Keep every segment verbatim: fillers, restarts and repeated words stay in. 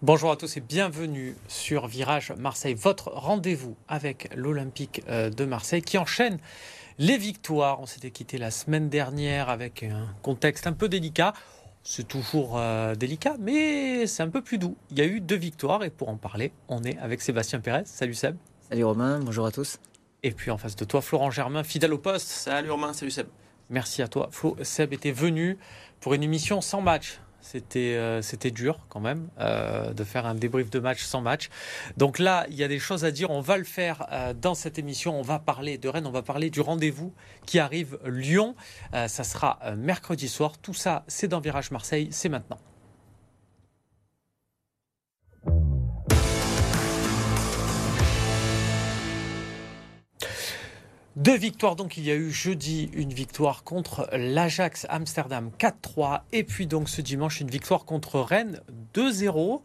Bonjour à tous et bienvenue sur Virage Marseille, votre rendez-vous avec l'Olympique de Marseille qui enchaîne les victoires. On s'était quitté la semaine dernière avec un contexte un peu délicat. C'est toujours euh, délicat, mais c'est un peu plus doux. Il y a eu deux victoires et pour en parler, on est avec Sébastien Pérez. Salut Seb. Salut Romain, bonjour à tous. Et puis en face de toi, Florent Germain, fidèle au poste. Salut Romain, salut Seb. Merci à toi. Flo, Seb était venu pour une émission sans match. C'était, euh, c'était dur quand même euh, de faire un débrief de match sans match. Donc là, il y a des choses à dire. On va le faire euh, dans cette émission. On va parler de Rennes. On va parler du rendez-vous qui arrive Lyon. Euh, ça sera euh, mercredi soir. Tout ça, c'est dans Virage Marseille. C'est maintenant. Deux victoires, donc il y a eu jeudi une victoire contre l'Ajax Amsterdam quatre trois et puis donc ce dimanche une victoire contre Rennes deux zéro.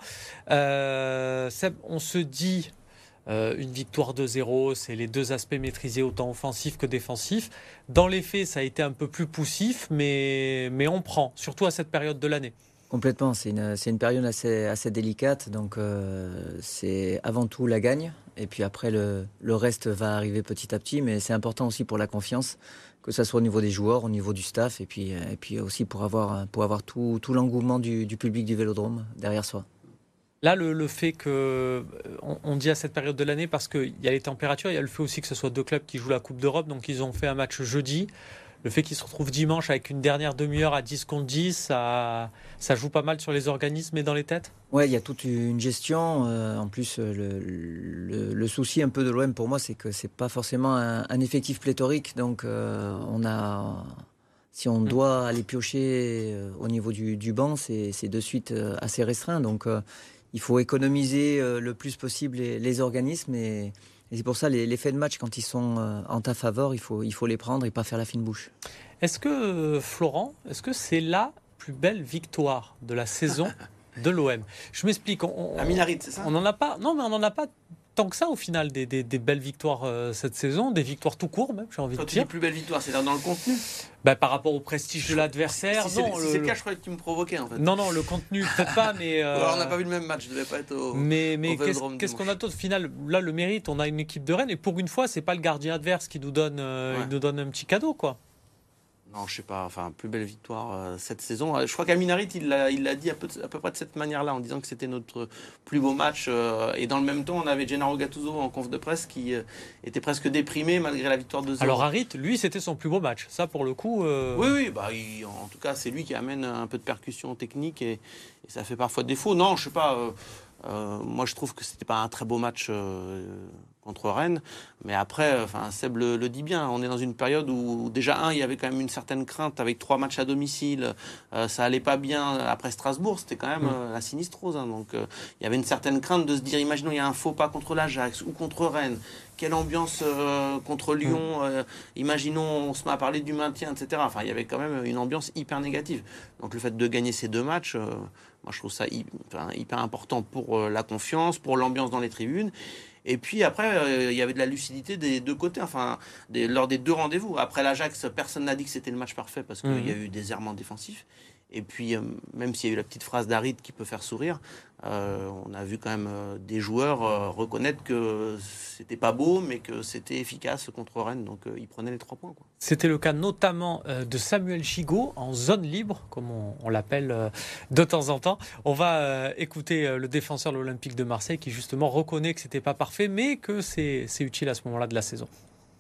Euh, Seb, on se dit euh, une victoire deux zéro, c'est les deux aspects maîtrisés autant offensif que défensif. Dans les faits, ça a été un peu plus poussif, mais, mais on prend, surtout à cette période de l'année. Complètement, c'est une, c'est une période assez, assez délicate, donc euh, c'est avant tout la gagne, et puis après le, le reste va arriver petit à petit, mais c'est important aussi pour la confiance, que ce soit au niveau des joueurs, au niveau du staff, et puis, et puis aussi pour avoir, pour avoir tout, tout l'engouement du, du public du Vélodrome derrière soi. Là, le, le fait que, on, on dit à cette période de l'année, parce qu'il y a les températures, il y a le fait aussi que ce soit deux clubs qui jouent la Coupe d'Europe, donc ils ont fait un match jeudi. Le fait qu'ils se retrouvent dimanche avec une dernière demi-heure à dix contre dix, ça, ça joue pas mal sur les organismes et dans les têtes ? Ouais, il y a toute une gestion. Euh, en plus, le, le, le souci un peu de l'O M pour moi, c'est que c'est pas forcément un, un effectif pléthorique. Donc, euh, on a, si on doit aller piocher euh, au niveau du, du banc, c'est, c'est de suite euh, assez restreint. Donc, euh, il faut économiser euh, le plus possible les, les organismes et Et c'est pour ça, les, les faits de match, quand ils sont euh, en ta faveur, il faut, il faut les prendre et pas faire la fine bouche. Est-ce que, Florent, est-ce que c'est la plus belle victoire de la saison de l'O M ? Je m'explique. On, on, Aminarit, c'est ça ? On n'en a pas. Non, mais on n'en a pas tant que ça au final, des, des, des belles victoires euh, cette saison, des victoires tout court même, j'ai envie Quand de tu dire. dis plus belle victoire, c'est dans le contenu ? Bah, par rapport au prestige de l'adversaire, si non. C'est, le, si c'est le cas, je croyais que tu me provoquais en fait. Non, non, le contenu, peut-être pas, mais... Euh... Alors, on n'a pas vu le même match, je devais pas être au Mais, mais au qu'est-ce, qu'est-ce qu'on a d'autre ? Au final, là, le mérite, on a une équipe de Rennes, et pour une fois, c'est pas le gardien adverse qui nous donne, euh, Ouais. il nous donne un petit cadeau, quoi. Non, je sais pas, enfin, plus belle victoire euh, cette saison. Euh, Je crois qu'Aminarit, il l'a, il l'a dit à peu, à peu près de cette manière-là, en disant que c'était notre plus beau match. Euh, et dans le même temps, on avait Gennaro Gattuso en conf de presse qui euh, était presque déprimé malgré la victoire de zéro. Alors Harit, lui, c'était son plus beau match. Ça, pour le coup... Euh... Oui, oui, bah, il, en tout cas, c'est lui qui amène un peu de percussion technique et, et ça fait parfois défaut. Non, je sais pas... Euh, Euh, moi, je trouve que c'était pas un très beau match euh, contre Rennes, mais après, enfin, Seb le, le dit bien. On est dans une période où déjà un, il y avait quand même une certaine crainte avec trois matchs à domicile. Euh, ça allait pas bien après Strasbourg. C'était quand même euh, la sinistrose. Hein, donc, euh, il y avait une certaine crainte de se dire, imaginons, il y a un faux pas contre l'Ajax ou contre Rennes. Quelle ambiance euh, contre Lyon euh, imaginons, on se met à parler du maintien, et cetera. Enfin, il y avait quand même une ambiance hyper négative. Donc, le fait de gagner ces deux matchs. Euh, Moi, je trouve ça hyper, hyper important pour la confiance, pour l'ambiance dans les tribunes. Et puis après, euh, il y avait de la lucidité des deux côtés, enfin, des, lors des deux rendez-vous. Après l'Ajax, personne n'a dit que c'était le match parfait parce qu'il mmh. y a eu des errements défensifs. Et puis, euh, même s'il y a eu la petite phrase d'Harit qui peut faire sourire, euh, on a vu quand même euh, des joueurs euh, reconnaître que c'était pas beau, mais que c'était efficace contre Rennes. Donc, euh, ils prenaient les trois points, quoi. C'était le cas notamment euh, de Samuel Chigo en zone libre, comme on, on l'appelle euh, de temps en temps. On va euh, écouter euh, le défenseur de l'Olympique de Marseille qui justement reconnaît que c'était pas parfait, mais que c'est, c'est utile à ce moment-là de la saison.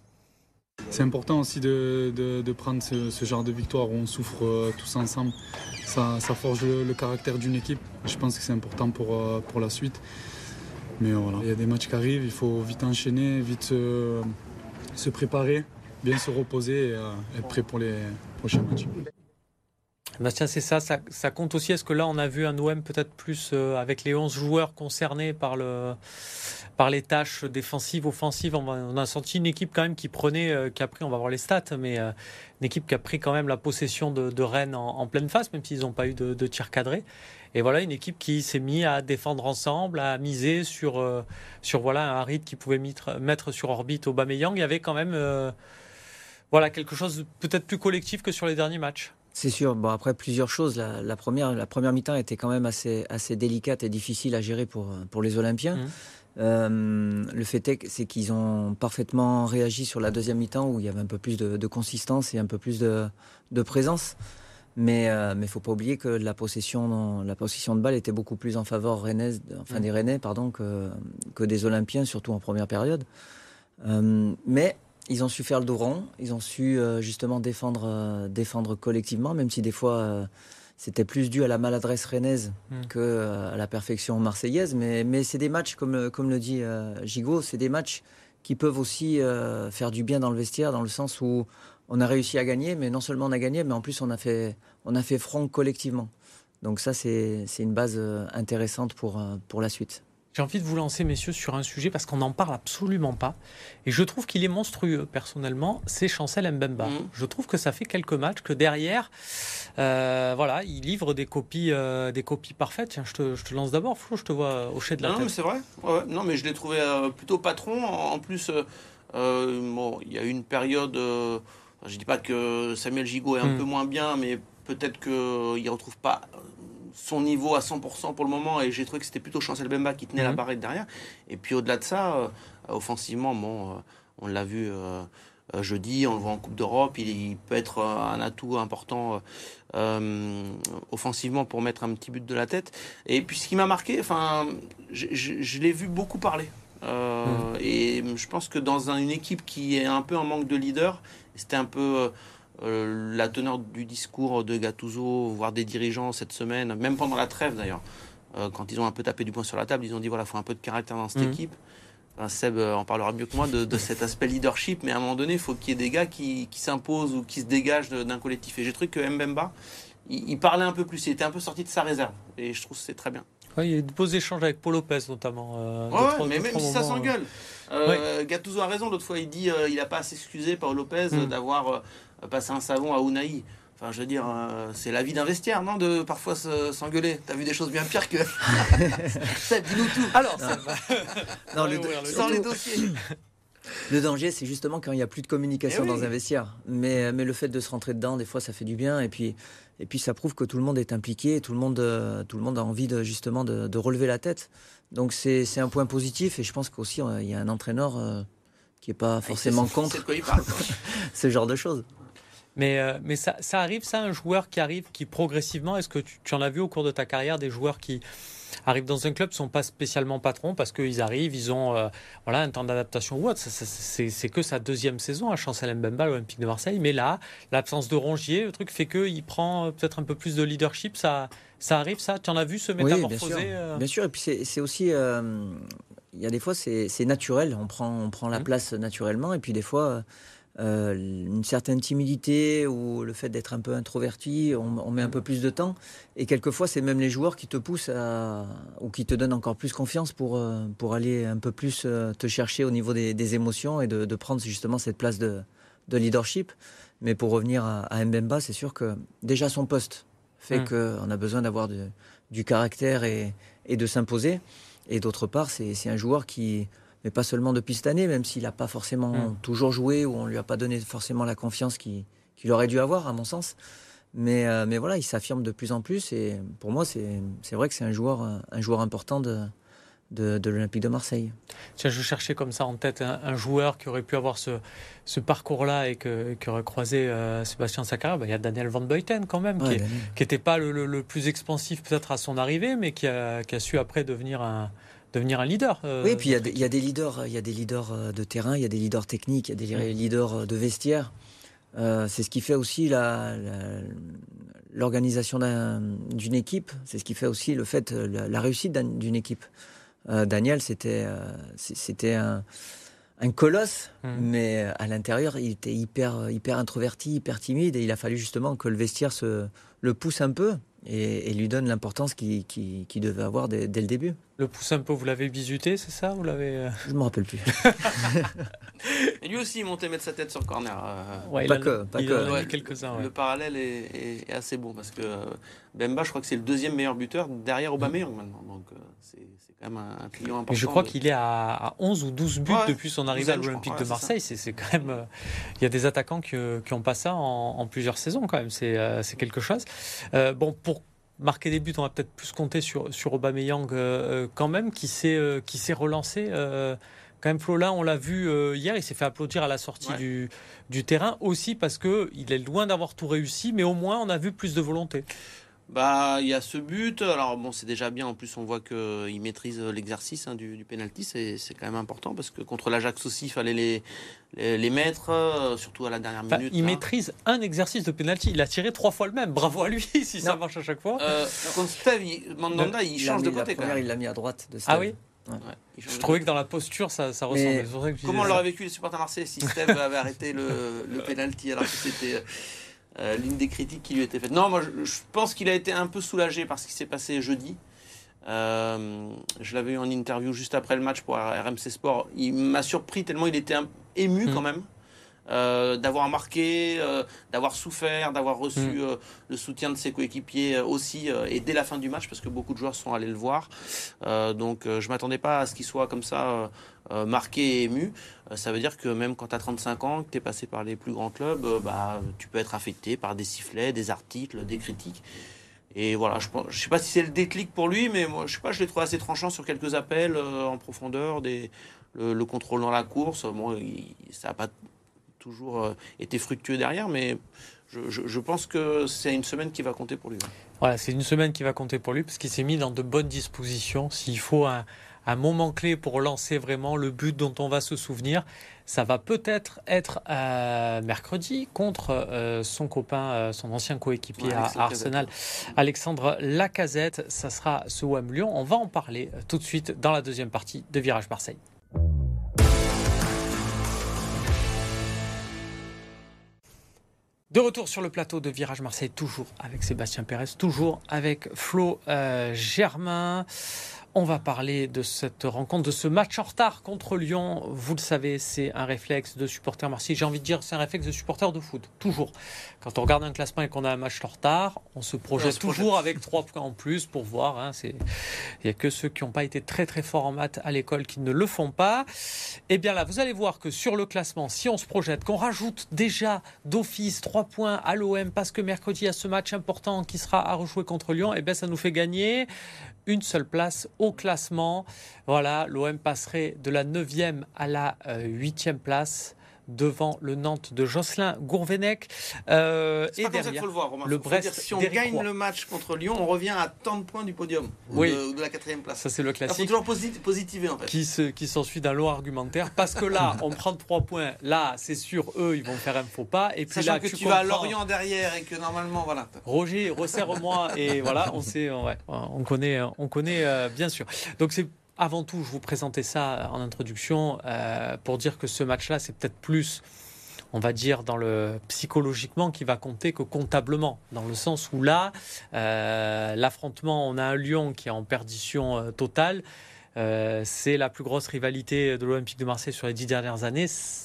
C'est important aussi de, de, de prendre ce, ce genre de victoire où on souffre euh, tous ensemble. Ça, ça forge le, le caractère d'une équipe. Je pense que c'est important pour, euh, pour la suite. Mais voilà, il y a des matchs qui arrivent, il faut vite enchaîner, vite se, se préparer, bien se reposer et euh, être prêt pour les prochains matchs. Bastien, c'est ça, ça, ça compte aussi. Est-ce que là, on a vu un O M peut-être plus euh, avec les onze joueurs concernés par, le, par les tâches défensives, offensives. On, va, on a senti une équipe quand même qui prenait, euh, qui a pris, on va voir les stats, mais euh, une équipe qui a pris quand même la possession de, de Rennes en, en pleine face, même s'ils n'ont pas eu de, de tir cadré. Et voilà, une équipe qui s'est mise à défendre ensemble, à miser sur, euh, sur voilà, un Harit qui pouvait mettre, mettre sur orbite Aubameyang. Il y avait quand même euh, voilà, quelque chose de peut-être plus collectif que sur les derniers matchs. C'est sûr. Bon, après, plusieurs choses. La, la, première, la première mi-temps était quand même assez, assez délicate et difficile à gérer pour, pour les Olympiens. Mmh. Euh, le fait est, c'est qu'ils ont parfaitement réagi sur la deuxième mi-temps où il y avait un peu plus de, de consistance et un peu plus de, de présence. Mais il euh, ne faut pas oublier que la possession, la possession de balle était beaucoup plus en faveur Rennes, enfin, mmh. des Rennais pardon, que, que des Olympiens, surtout en première période. Euh, mais ils ont su faire le dos rond, ils ont su euh, justement défendre, euh, défendre collectivement, même si des fois euh, c'était plus dû à la maladresse rennaise mmh. qu'à euh, la perfection marseillaise. Mais, mais c'est des matchs, comme, comme le dit euh, Gigot, c'est des matchs qui peuvent aussi euh, faire du bien dans le vestiaire, dans le sens où on a réussi à gagner, mais non seulement on a gagné, mais en plus on a fait, on a fait front collectivement. Donc ça, c'est, c'est une base intéressante pour, pour la suite. J'ai envie de vous lancer, messieurs, sur un sujet parce qu'on n'en parle absolument pas. Et je trouve qu'il est monstrueux, personnellement. C'est Chancel Mbemba. Mmh. Je trouve que ça fait quelques matchs que derrière, euh, voilà, il livre des copies, euh, des copies parfaites. Tiens, je te, je te lance d'abord, Flo, je te vois hocher de la non, tête. Non, mais c'est vrai. Ouais, non, mais je l'ai trouvé euh, plutôt patron. En plus, euh, euh, bon, il y a eu une période... Euh, je ne dis pas que Samuel Gigot est un mmh. peu moins bien, mais peut-être qu'il ne retrouve pas son niveau à cent pour cent pour le moment. Et j'ai trouvé que c'était plutôt Chancel Mbemba qui tenait mmh. la barrette derrière. Et puis au-delà de ça, euh, offensivement, bon, euh, on l'a vu euh, jeudi, on le voit en Coupe d'Europe. Il, il peut être un atout important euh, offensivement pour mettre un petit but de la tête. Et puis ce qui m'a marqué, enfin, je, je, je l'ai vu beaucoup parler. Euh, mmh. Et je pense que dans un, une équipe qui est un peu en manque de leader, c'était un peu euh, la teneur du discours de Gattuso, voire des dirigeants cette semaine, même pendant la trêve d'ailleurs, euh, quand ils ont un peu tapé du poing sur la table, ils ont dit voilà, il faut un peu de caractère dans cette mmh. équipe. Enfin, Seb en parlera mieux que moi de, de cet aspect leadership, mais à un moment donné, il faut qu'il y ait des gars qui, qui s'imposent ou qui se dégagent de, d'un collectif. Et j'ai trouvé que Mbemba, il, il parlait un peu plus, il était un peu sorti de sa réserve. Et je trouve que c'est très bien. Oui, il y a eu de beaux échanges avec Paul Lopez notamment. Euh, ouais, trois, mais même si ça s'engueule. Euh, ouais. Gattuso a raison, l'autre fois il dit euh, il n'a pas à s'excuser, Paul Lopez, mm. d'avoir euh, passé un savon à Unai. Enfin, je veux dire, euh, c'est la vie d'un vestiaire, non, de parfois se, s'engueuler. T'as vu des choses bien pires que. Seb, dis-nous tout. Alors, ça va. Non, le, le, sans les dossiers. Le danger, c'est justement quand il n'y a plus de communication oui. dans un vestiaire. Mais, mais le fait de se rentrer dedans, des fois, ça fait du bien. Et puis, et puis ça prouve que tout le monde est impliqué, tout le monde, tout le monde a envie de, justement de, de relever la tête. Donc c'est, c'est un point positif. Et je pense qu'aussi, il y a un entraîneur euh, qui n'est pas forcément c'est, contre c'est de quoi il parle, quoi. ce genre de choses. Mais, euh, mais ça, ça arrive, ça, un joueur qui arrive, qui progressivement, est-ce que tu, tu en as vu au cours de ta carrière des joueurs qui arrivent dans un club, ne sont pas spécialement patrons parce qu'ils arrivent, ils ont euh, voilà, un temps d'adaptation ou autre. Ça, ça, c'est, c'est que sa deuxième saison à Chancel Mbemba, l'Olympique de Marseille. Mais là, l'absence de Rongier, le truc fait qu'il prend peut-être un peu plus de leadership. Ça, ça arrive, ça? Tu en as vu se métamorphoser? Oui, bien sûr. Euh... Bien sûr. Et puis c'est, c'est aussi... Euh, il y a des fois, c'est, c'est naturel. On prend, on prend la mmh. place naturellement. Et puis des fois... Euh, une certaine timidité ou le fait d'être un peu introverti, on, on met un peu plus de temps. Et quelquefois, c'est même les joueurs qui te poussent à, ou qui te donnent encore plus confiance pour, euh, pour aller un peu plus euh, te chercher au niveau des, des émotions et de, de prendre justement cette place de, de leadership. Mais pour revenir à, à Mbemba, c'est sûr que déjà son poste fait mmh. qu'on a besoin d'avoir de, du caractère et, et de s'imposer. Et d'autre part, c'est, c'est un joueur qui... mais pas seulement depuis cette année, même s'il n'a pas forcément mmh. toujours joué ou on ne lui a pas donné forcément la confiance qu'il, qu'il aurait dû avoir, à mon sens. Mais, euh, mais voilà, il s'affirme de plus en plus et pour moi, c'est, c'est vrai que c'est un joueur, un joueur important de, de, de l'Olympique de Marseille. Tiens, je cherchais comme ça en tête un, un joueur qui aurait pu avoir ce, ce parcours-là et que, qui aurait croisé euh, Sébastien Sakara. Ben, il y a Daniel Van Buiten quand même, ouais, qui n'était pas le, le, le plus expansif peut-être à son arrivée, mais qui a, qui a su après devenir un... devenir un leader. Euh, oui, et puis il y, y a des leaders, il y a des leaders de terrain, il y a des leaders techniques, il y a des mmh. leaders de vestiaire. Euh, c'est ce qui fait aussi la, la, l'organisation d'un, d'une équipe. C'est ce qui fait aussi le fait la, la réussite d'une équipe. Euh, Daniel, c'était euh, c'était un, un colosse, mmh. mais à l'intérieur, il était hyper hyper introverti, hyper timide, et il a fallu justement que le vestiaire se le pousse un peu. Et, et lui donne l'importance qu'il, qu'il, qu'il devait avoir dès, dès le début. Le pouce un peu, vous l'avez bisuté, c'est ça? Vous l'avez... Je ne me rappelle plus. Et lui aussi, il montait mettre sa tête sur le corner. Euh, ouais, pas il que, a, pas il que. en a Ouais, mis quelques-uns. Ouais. Le parallèle est, est, est assez bon parce que euh, Bemba, je crois que c'est le deuxième meilleur buteur derrière Aubameyang maintenant. Donc euh, c'est, c'est quand même un, un client important. Mais je crois de... qu'il est à, à onze ou douze buts ouais, depuis son arrivée à l'Olympique crois, ouais, de Marseille. C'est, c'est quand même. Euh, il y a des attaquants qui n'ont pas ça en, en plusieurs saisons quand même. C'est, euh, c'est quelque chose. Euh, bon, pour marquer des buts, on va peut-être plus compter sur, sur Aubameyang euh, quand même, qui s'est, euh, qui s'est relancé. Euh, Quand même, Flo, là, on l'a vu euh, hier, il s'est fait applaudir à la sortie ouais. du, du terrain, aussi parce qu'il est loin d'avoir tout réussi, mais au moins, on a vu plus de volonté. Bah, il y a ce but. Alors, bon, c'est déjà bien. En plus, on voit qu'il maîtrise l'exercice hein, du, du penalty. C'est, c'est quand même important parce que contre l'Ajax aussi, il fallait les, les, les mettre, euh, surtout à la dernière minute. Enfin, il là. maîtrise un exercice de penalty. Il a tiré trois fois le même. Bravo à lui si non. ça marche à chaque fois. Euh, contre Steve, il, Mandanda, il, il change de côté. La première, il l'a mis à droite de Steve. Ah oui. Ouais. Ouais, je trouvais que dans la posture, ça, ça ressemblait. Mais comment on l'aurait vécu les supporters marseillais si Steve avait arrêté le, le penalty alors que c'était euh, l'une des critiques qui lui était faite. Non, moi je, je pense qu'il a été un peu soulagé par ce qui s'est passé jeudi. Euh, je l'avais eu en interview juste après le match pour R M C Sport. Il m'a surpris tellement il était un, ému mmh. quand même. Euh, d'avoir marqué, euh, d'avoir souffert, d'avoir reçu mmh. euh, le soutien de ses coéquipiers euh, aussi, euh, et dès la fin du match, parce que beaucoup de joueurs sont allés le voir. Euh, donc euh, je ne m'attendais pas à ce qu'il soit comme ça, euh, marqué et ému. Euh, ça veut dire que même quand tu as trente-cinq ans, que tu es passé par les plus grands clubs, euh, bah, tu peux être affecté par des sifflets, des articles, des critiques. Et voilà, je ne sais pas si c'est le déclic pour lui, mais moi, je sais pas, je l'ai trouvé assez tranchant sur quelques appels euh, en profondeur, des, le, le contrôle dans la course. Bon, il, ça n'a pas toujours euh, été fructueux derrière, mais je, je, je pense que c'est une semaine qui va compter pour lui. Voilà, c'est une semaine qui va compter pour lui parce qu'il s'est mis dans de bonnes dispositions. S'il faut un, un moment clé pour lancer vraiment le but dont on va se souvenir, ça va peut-être être euh, mercredi contre euh, son copain, euh, son ancien coéquipier ouais, à, à Arsenal, Alexandre Lacazette. Ça sera ce O M Lyon. On va en parler tout de suite dans la deuxième partie de Virage Marseille. De retour sur le plateau de Virage Marseille, toujours avec Sébastien Pérez, toujours avec Flo euh, Germain. On va parler de cette rencontre, de ce match en retard contre Lyon. Vous le savez, c'est un réflexe de supporter marseillais. J'ai envie de dire, c'est un réflexe de supporter de foot, toujours. Quand on regarde un classement et qu'on a un match en retard, on se projette on se toujours projette. avec trois points en plus pour voir. Hein, c'est... Il n'y a que ceux qui n'ont pas été très très forts en maths à l'école qui ne le font pas. Et bien là, vous allez voir que sur le classement, si on se projette, qu'on rajoute déjà d'office trois points à l'O M parce que mercredi, il y a ce match important qui sera à rejouer contre Lyon, et bien ça nous fait gagner une seule place au classement. Voilà, l'O M passerait de la neuvième à la huitième euh, place devant le Nantes de Jocelyn Gourvenec. Euh, c'est et pas derrière, comme ça qu'il faut le voir, Romain. Le faut Brest, dire, si on gagne Roy. le match contre Lyon, on revient à tant de points du podium, oui. ou, de, ou de la quatrième place. Ça, c'est le classique. Il faut toujours posit- positiver, en fait. Qui, se, qui s'ensuit d'un long argumentaire, parce que là, on prend trois points. Là, c'est sûr, eux, ils vont faire un faux pas. Et puis Sachant là, que tu, tu comprends... vas à Lorient derrière et que normalement, voilà. Roger, resserre-moi. Et voilà, on sait, ouais, on connaît, on connaît euh, bien sûr. Donc, c'est avant tout, je vous présentais ça en introduction euh, pour dire que ce match-là, c'est peut-être plus, on va dire, dans le psychologiquement qui va compter que comptablement, dans le sens où là, euh, l'affrontement, on a un Lyon qui est en perdition euh, totale. Euh, c'est la plus grosse rivalité de l'Olympique de Marseille sur les dix dernières années.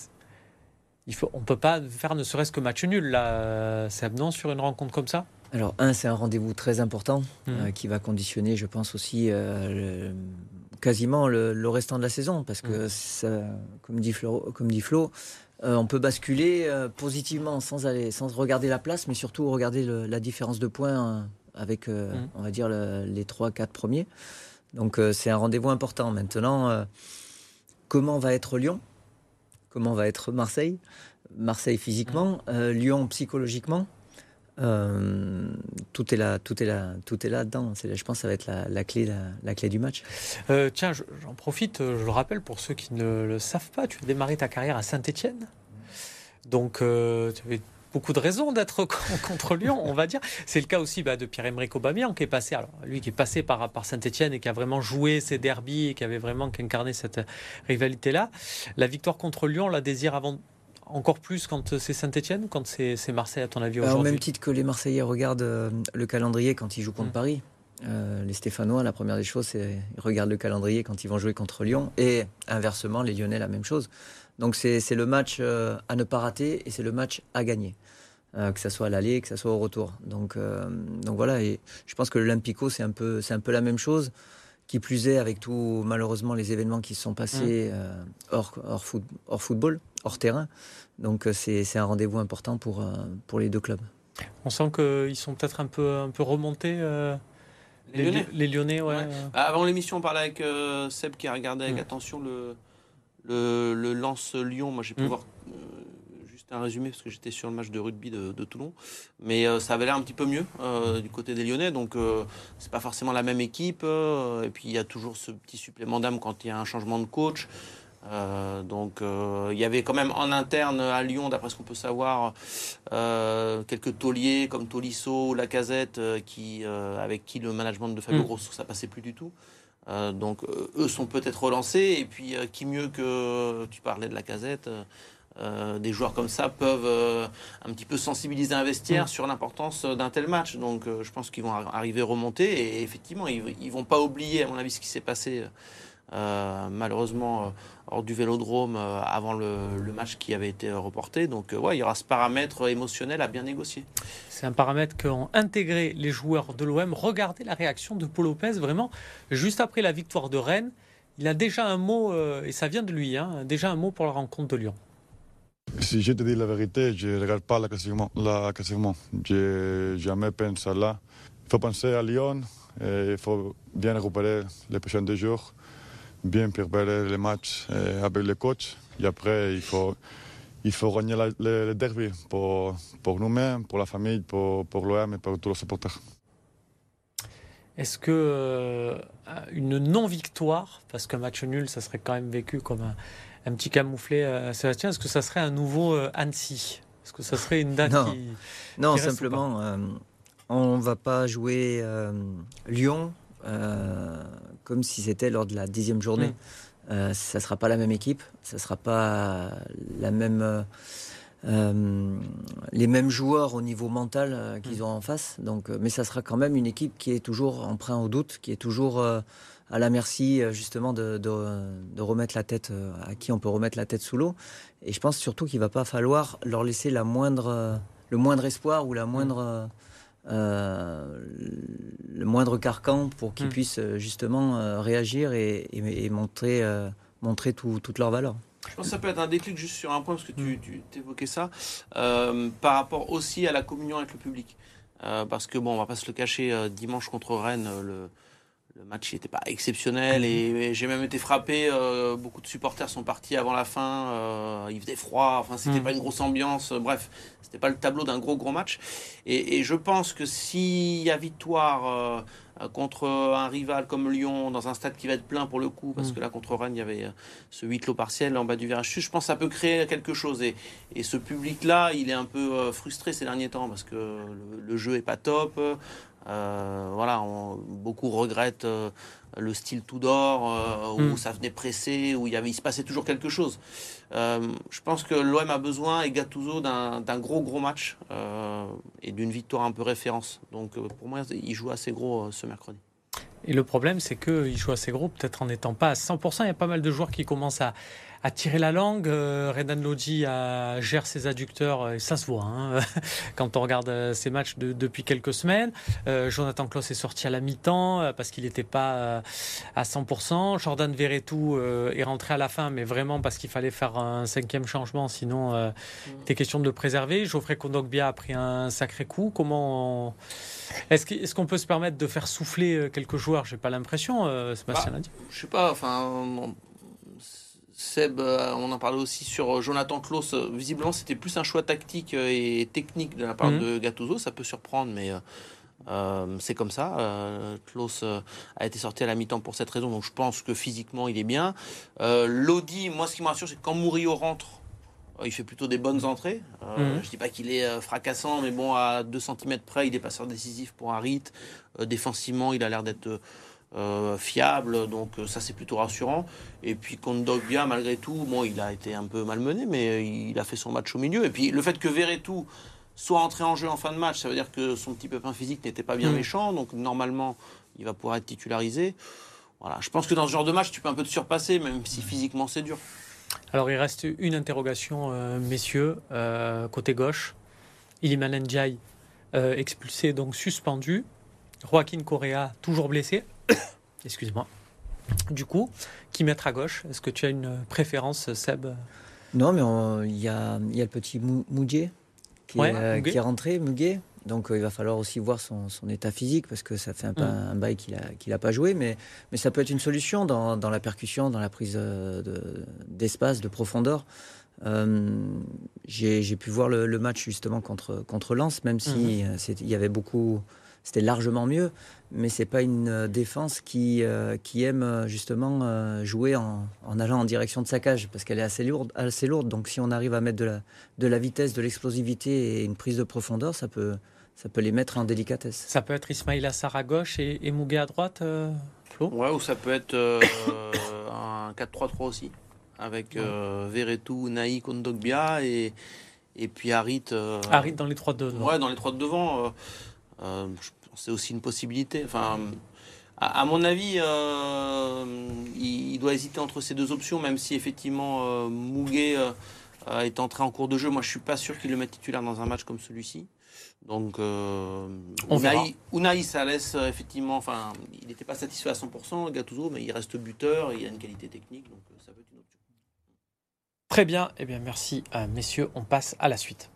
Il faut, on ne peut pas faire ne serait-ce que match nul, là, Seb, non, sur une rencontre comme ça ? Alors, un, c'est un rendez-vous très important mmh. euh, qui va conditionner, je pense aussi, euh, le, quasiment le, le restant de la saison. Parce que, mmh. ça, comme dit Flo, comme dit Flo euh, on peut basculer euh, positivement sans, aller, sans regarder la place, mais surtout regarder le, la différence de points euh, avec, euh, mmh. on va dire, le, les trois quatre premiers. Donc, euh, c'est un rendez-vous important. Maintenant, euh, comment va être Lyon ? Comment va être Marseille ? Marseille physiquement, euh, Lyon psychologiquement. Euh, tout est là, tout est là, tout est là dedans. C'est là, je pense que ça va être la, la clé, la, la clé du match. Euh, tiens, je, j'en profite, je le rappelle pour ceux qui ne le savent pas. Tu as démarré ta carrière à Saint-Étienne, donc euh, tu avais beaucoup de raisons d'être contre Lyon, on va dire. C'est le cas aussi bah, de Pierre-Emerick Aubameyang qui est passé, alors lui qui est passé par, par Saint-Étienne et qui a vraiment joué ses derbies et qui avait vraiment incarné cette rivalité-là. La victoire contre Lyon, on la désire avant. Encore plus quand c'est Saint-Étienne ou quand c'est, c'est Marseille, à ton avis, aujourd'hui ? Au même titre que les Marseillais regardent euh, le calendrier quand ils jouent contre mmh. Paris. Euh, les Stéphanois, la première des choses, c'est ils regardent le calendrier quand ils vont jouer contre Lyon. Et inversement, les Lyonnais, la même chose. Donc c'est, c'est le match euh, à ne pas rater et c'est le match à gagner. Euh, que ça soit à l'aller, que ça soit au retour. Donc, euh, donc voilà, et je pense que l'Olympico, c'est un peu, c'est un peu la même chose. Qui plus est, avec tout, malheureusement, les événements qui se sont passés mmh. euh, hors, hors, foot, hors football, hors terrain. Donc c'est, c'est un rendez-vous important pour, euh, pour les deux clubs. On sent qu'ils sont peut-être un peu, un peu remontés, euh, les, les Lyonnais. Les Lyonnais, ouais. ouais. Bah, avant l'émission, on parlait avec euh, Seb qui a regardé avec mmh. attention le, le, le Lens Lyon. Moi, j'ai pu mmh. voir euh, juste un résumé parce que j'étais sur le match de rugby de, de Toulon. Mais euh, ça avait l'air un petit peu mieux euh, du côté des Lyonnais. Donc, euh, c'est pas forcément la même équipe. Euh, et puis, il y a toujours ce petit supplément d'âme quand il y a un changement de coach. Euh, donc euh, il y avait quand même en interne à Lyon, d'après ce qu'on peut savoir, euh, quelques tauliers comme Tolisso, Lacazette, euh, qui, euh, avec qui le management de Fabio mmh. Grosso ça passait plus du tout. Euh, donc euh, eux sont peut-être relancés. Et puis euh, qui mieux que tu parlais de Lacazette, euh, des joueurs comme ça peuvent euh, un petit peu sensibiliser un vestiaire mmh. sur l'importance d'un tel match. Donc euh, je pense qu'ils vont arriver remonter et effectivement ils, ils vont pas oublier à mon avis ce qui s'est passé. Euh, malheureusement euh, hors du Vélodrome euh, avant le, le match qui avait été reporté. Donc euh, ouais, il y aura ce paramètre émotionnel à bien négocier. C'est un paramètre qu'ont intégré les joueurs de l'O M. Regardez la réaction de Paul Lopez, vraiment, juste après la victoire de Rennes. Il a déjà un mot, euh, et ça vient de lui, hein, déjà un mot pour la rencontre de Lyon. Si je te dis la vérité, je ne regarde pas la classement. La classement. Je jamais pense à là. Il faut penser à Lyon, et il faut bien récupérer les prochains deux jours. Bien préparer les matchs avec le coach. Et après, il faut, il faut gagner la, le, le derby pour, pour nous-mêmes, pour la famille, pour, pour l'O M et pour tous les supporters. Est-ce que euh, une non-victoire, parce qu'un match nul, ça serait quand même vécu comme un, un petit camouflet, euh, Sébastien, est-ce que ça serait un nouveau euh, Annecy ? Est-ce que ça serait une date non. qui... Non, qui simplement, euh, on ne va pas jouer euh, Lyon. Euh, comme si c'était lors de la dixième journée. Mmh. Euh, ça ne sera pas la même équipe, ça ne sera pas la même, euh, euh, les mêmes joueurs au niveau mental euh, qu'ils mmh. ont en face. Donc, euh, mais ça sera quand même une équipe qui est toujours emprunt au doute, qui est toujours euh, à la merci justement de, de, de remettre la tête, euh, à qui on peut remettre la tête sous l'eau. Et je pense surtout qu'il ne va pas falloir leur laisser la moindre, euh, le moindre espoir ou la moindre... Euh, Euh, le moindre carcan pour qu'ils mmh. puissent justement euh, réagir et, et, et montrer, euh, montrer tout, toute leur valeur. Je pense que ça peut être un déclic juste sur un point, parce que tu, tu évoquais ça, euh, par rapport aussi à la communion avec le public. Euh, parce que, bon, on va pas se le cacher, euh, dimanche contre Rennes, euh, le, le match n'était pas exceptionnel et, et j'ai même été frappé. Euh, beaucoup de supporters sont partis avant la fin. Euh, il faisait froid. Enfin, c'était mmh. pas une grosse ambiance. Euh, bref, c'était pas le tableau d'un gros gros match. Et, et je pense que s'il y a victoire euh, contre un rival comme Lyon dans un stade qui va être plein pour le coup, parce mmh. que là contre Rennes il y avait ce huis clos partiel en bas du virage sud, je pense que ça peut créer quelque chose. Et, et ce public-là, il est un peu euh, frustré ces derniers temps parce que le, le jeu est pas top. Euh, voilà, on, beaucoup regrettent euh, le style Tudor euh, où mmh. ça venait presser, où il y avait, il se passait toujours quelque chose. Euh, je pense que l'O M a besoin et Gattuso d'un, d'un gros gros match euh, et d'une victoire un peu référence. Donc euh, pour moi, il joue assez gros euh, ce mercredi. Et le problème, c'est qu'il joue assez gros, peut-être en n'étant pas à cent pour cent. Il y a pas mal de joueurs qui commencent à, à tirer la langue. Euh, Renan Lodji a, gère ses adducteurs, et ça se voit hein, quand on regarde ses matchs de, depuis quelques semaines. Euh, Jonathan Klaus est sorti à la mi-temps euh, parce qu'il n'était pas euh, à cent pour cent. Jordan Verretou euh, est rentré à la fin, mais vraiment parce qu'il fallait faire un cinquième changement, sinon euh, il mmh. était question de le préserver. Geoffrey Kondogbia a pris un sacré coup. Comment on... Est-ce, que, est-ce qu'on peut se permettre de faire souffler quelques joueurs ? J'ai pas l'impression, euh, Sébastien bah, l'a dit. Je sais pas, enfin... On... Seb, on en parlait aussi sur Jonathan Klaus. Visiblement, c'était plus un choix tactique et technique de la part mmh. de Gattuso. Ça peut surprendre, mais euh, c'est comme ça. Euh, Klaus a été sorti à la mi-temps pour cette raison, donc je pense que physiquement, il est bien. Euh, Lodi, moi, ce qui me rassure, c'est que quand Murillo rentre, il fait plutôt des bonnes entrées. Euh, mmh. Je ne dis pas qu'il est fracassant, mais bon, à deux centimètres près, il est passeur décisif pour Harit. Euh, défensivement, il a l'air d'être... Euh, fiable, donc ça c'est plutôt rassurant. Et puis Kondogbia, malgré tout, bon, il a été un peu malmené, mais il a fait son match au milieu. Et puis le fait que Verretou soit entré en jeu en fin de match, ça veut dire que son petit pépin physique n'était pas bien mmh. méchant, donc normalement il va pouvoir être titularisé. Voilà. Je pense que dans ce genre de match, tu peux un peu te surpasser, même si physiquement c'est dur. Alors il reste une interrogation, euh, messieurs, euh, côté gauche. Iliman Ndiaye euh, expulsé, donc suspendu. Joaquin Correa toujours blessé. Excuse-moi. Du coup, qui mettre à gauche? Est-ce que tu as une préférence, Seb? Non, mais il y a, y a le petit Mou- Muguet qui, Ouais, est, euh, Muguet. qui est rentré, Muguet. Donc euh, il va falloir aussi voir son, son état physique parce que ça fait un, Mm. pas- un bail qu'il a, qu'il a pas joué. Mais, mais ça peut être une solution dans, dans la percussion, dans la prise euh, de, d'espace, de profondeur. Euh, j'ai, j'ai pu voir le, le match justement contre, contre Lens, même si Mhm. euh, c'est- il y avait beaucoup, c'était largement mieux, mais c'est pas une euh, défense qui, euh, qui aime euh, justement euh, jouer en, en allant en direction de sa cage, parce qu'elle est assez lourde, assez lourde. Donc si on arrive à mettre de la, de la vitesse, de l'explosivité et une prise de profondeur, ça peut, ça peut les mettre en délicatesse. Ça peut être Ismaïla Sarr à gauche et, et Muguet à droite, euh, Flo? Ouais, ou ça peut être euh, un quatre trois trois aussi, avec euh, Verretou, Naï, Kondogbia et, et puis Harit. Euh, Harit dans les trois de devant. Ouais, dans les trois de devant. Euh, euh, je pense que c'est aussi une possibilité. Enfin, à, à mon avis, euh, il, il doit hésiter entre ces deux options, même si effectivement euh, Muguet euh, est entré en cours de jeu. Moi, je suis pas sûr qu'il le mette titulaire dans un match comme celui-ci. Donc, euh, On verra. Unai, Unai, ça laisse euh, effectivement. Enfin, il n'était pas satisfait à cent pour cent, Gattuso, mais il reste buteur et il a une qualité technique, donc euh, ça peut être une option. Très bien. Eh bien, merci, euh, messieurs. On passe à la suite.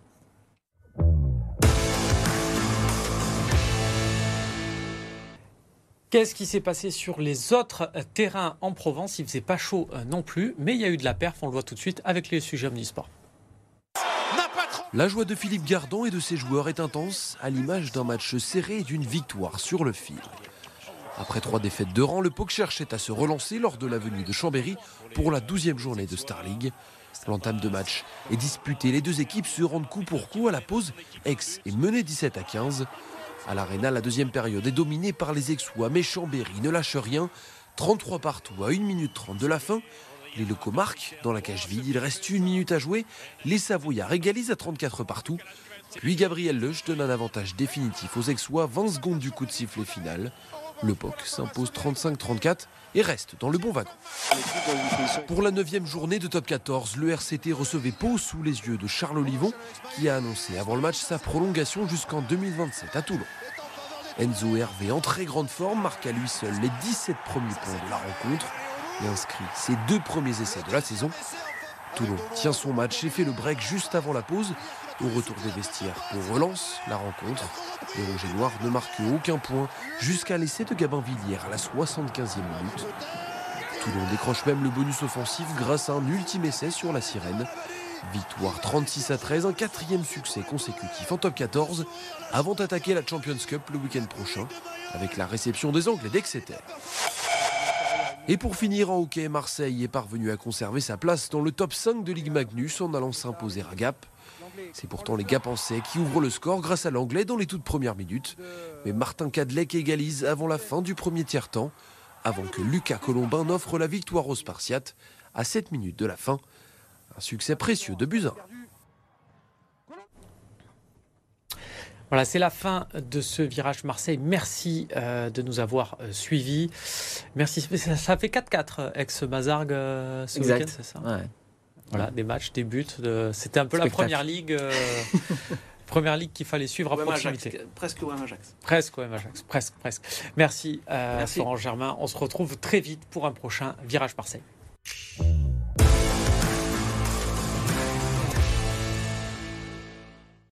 Qu'est-ce qui s'est passé sur les autres euh, terrains en Provence? Il faisait pas chaud euh, non plus, mais il y a eu de la perf. On le voit tout de suite avec les sujets omnisports. La joie de Philippe Gardon et de ses joueurs est intense, à l'image d'un match serré et d'une victoire sur le fil. Après trois défaites de rang, le P O C cherchait à se relancer lors de la venue de Chambéry pour la douzième journée de Star League. L'entame de match est disputée, les deux équipes se rendent coup pour coup à la pause. Aix est mené dix-sept à quinze. À l'Arena, la deuxième période est dominée par les Aixois, mais Chambéry ne lâche rien. trente-trois partout à une minute trente de la fin. Les locaux marquent dans la cage vide, il reste une minute à jouer. Les Savoyards égalisent à trente-quatre partout. Puis Gabriel Leuch donne un avantage définitif aux Aixois, vingt secondes du coup de sifflet final. Le P O C s'impose trente-cinq trente-quatre et reste dans le bon wagon. Pour la neuvième journée de top quatorze, le R C T recevait Pau sous les yeux de Charles Olivon, qui a annoncé avant le match sa prolongation jusqu'en deux mille vingt-sept à Toulon. Enzo Hervé, en très grande forme, marque à lui seul les dix-sept premiers points de la rencontre et inscrit ses deux premiers essais de la saison. Toulon tient son match et fait le break juste avant la pause. Au retour des vestiaires, Pau relance la rencontre. Les Rouges et Noirs ne marquent aucun point jusqu'à l'essai de Gabin Villiers à la soixante-quinzième minute. Toulon décroche même le bonus offensif grâce à un ultime essai sur la sirène. Victoire trente-six à treize, un quatrième succès consécutif en top quatorze, avant d'attaquer la Champions Cup le week-end prochain avec la réception des Anglais d'Exeter. Et pour finir en hockey, Marseille est parvenu à conserver sa place dans le top cinq de Ligue Magnus en allant s'imposer à Gap. C'est pourtant les Gapençais qui ouvrent le score grâce à l'Anglais dans les toutes premières minutes. Mais Martin Kadlec égalise avant la fin du premier tiers-temps, avant que Lucas Colombin n'offre la victoire aux Spartiates à sept minutes de la fin. Un succès précieux de Buzyn. Voilà, c'est la fin de ce Virage Marseille. Merci euh, de nous avoir euh, suivis. Merci. Ça, ça fait quatre quatre ex-Mazargues euh, ce Exact. week-end, c'est ça? Ouais. Voilà, des matchs, des buts. De... C'était un peu Spectacle. la première ligue, euh, première ligue qu'il fallait suivre à O M proximité. Ajax, presque O M Ajax. Presque, ouais, Ajax. Presque, presque. Merci, euh, Merci. Florent Germain. On se retrouve très vite pour un prochain Virage Marseille.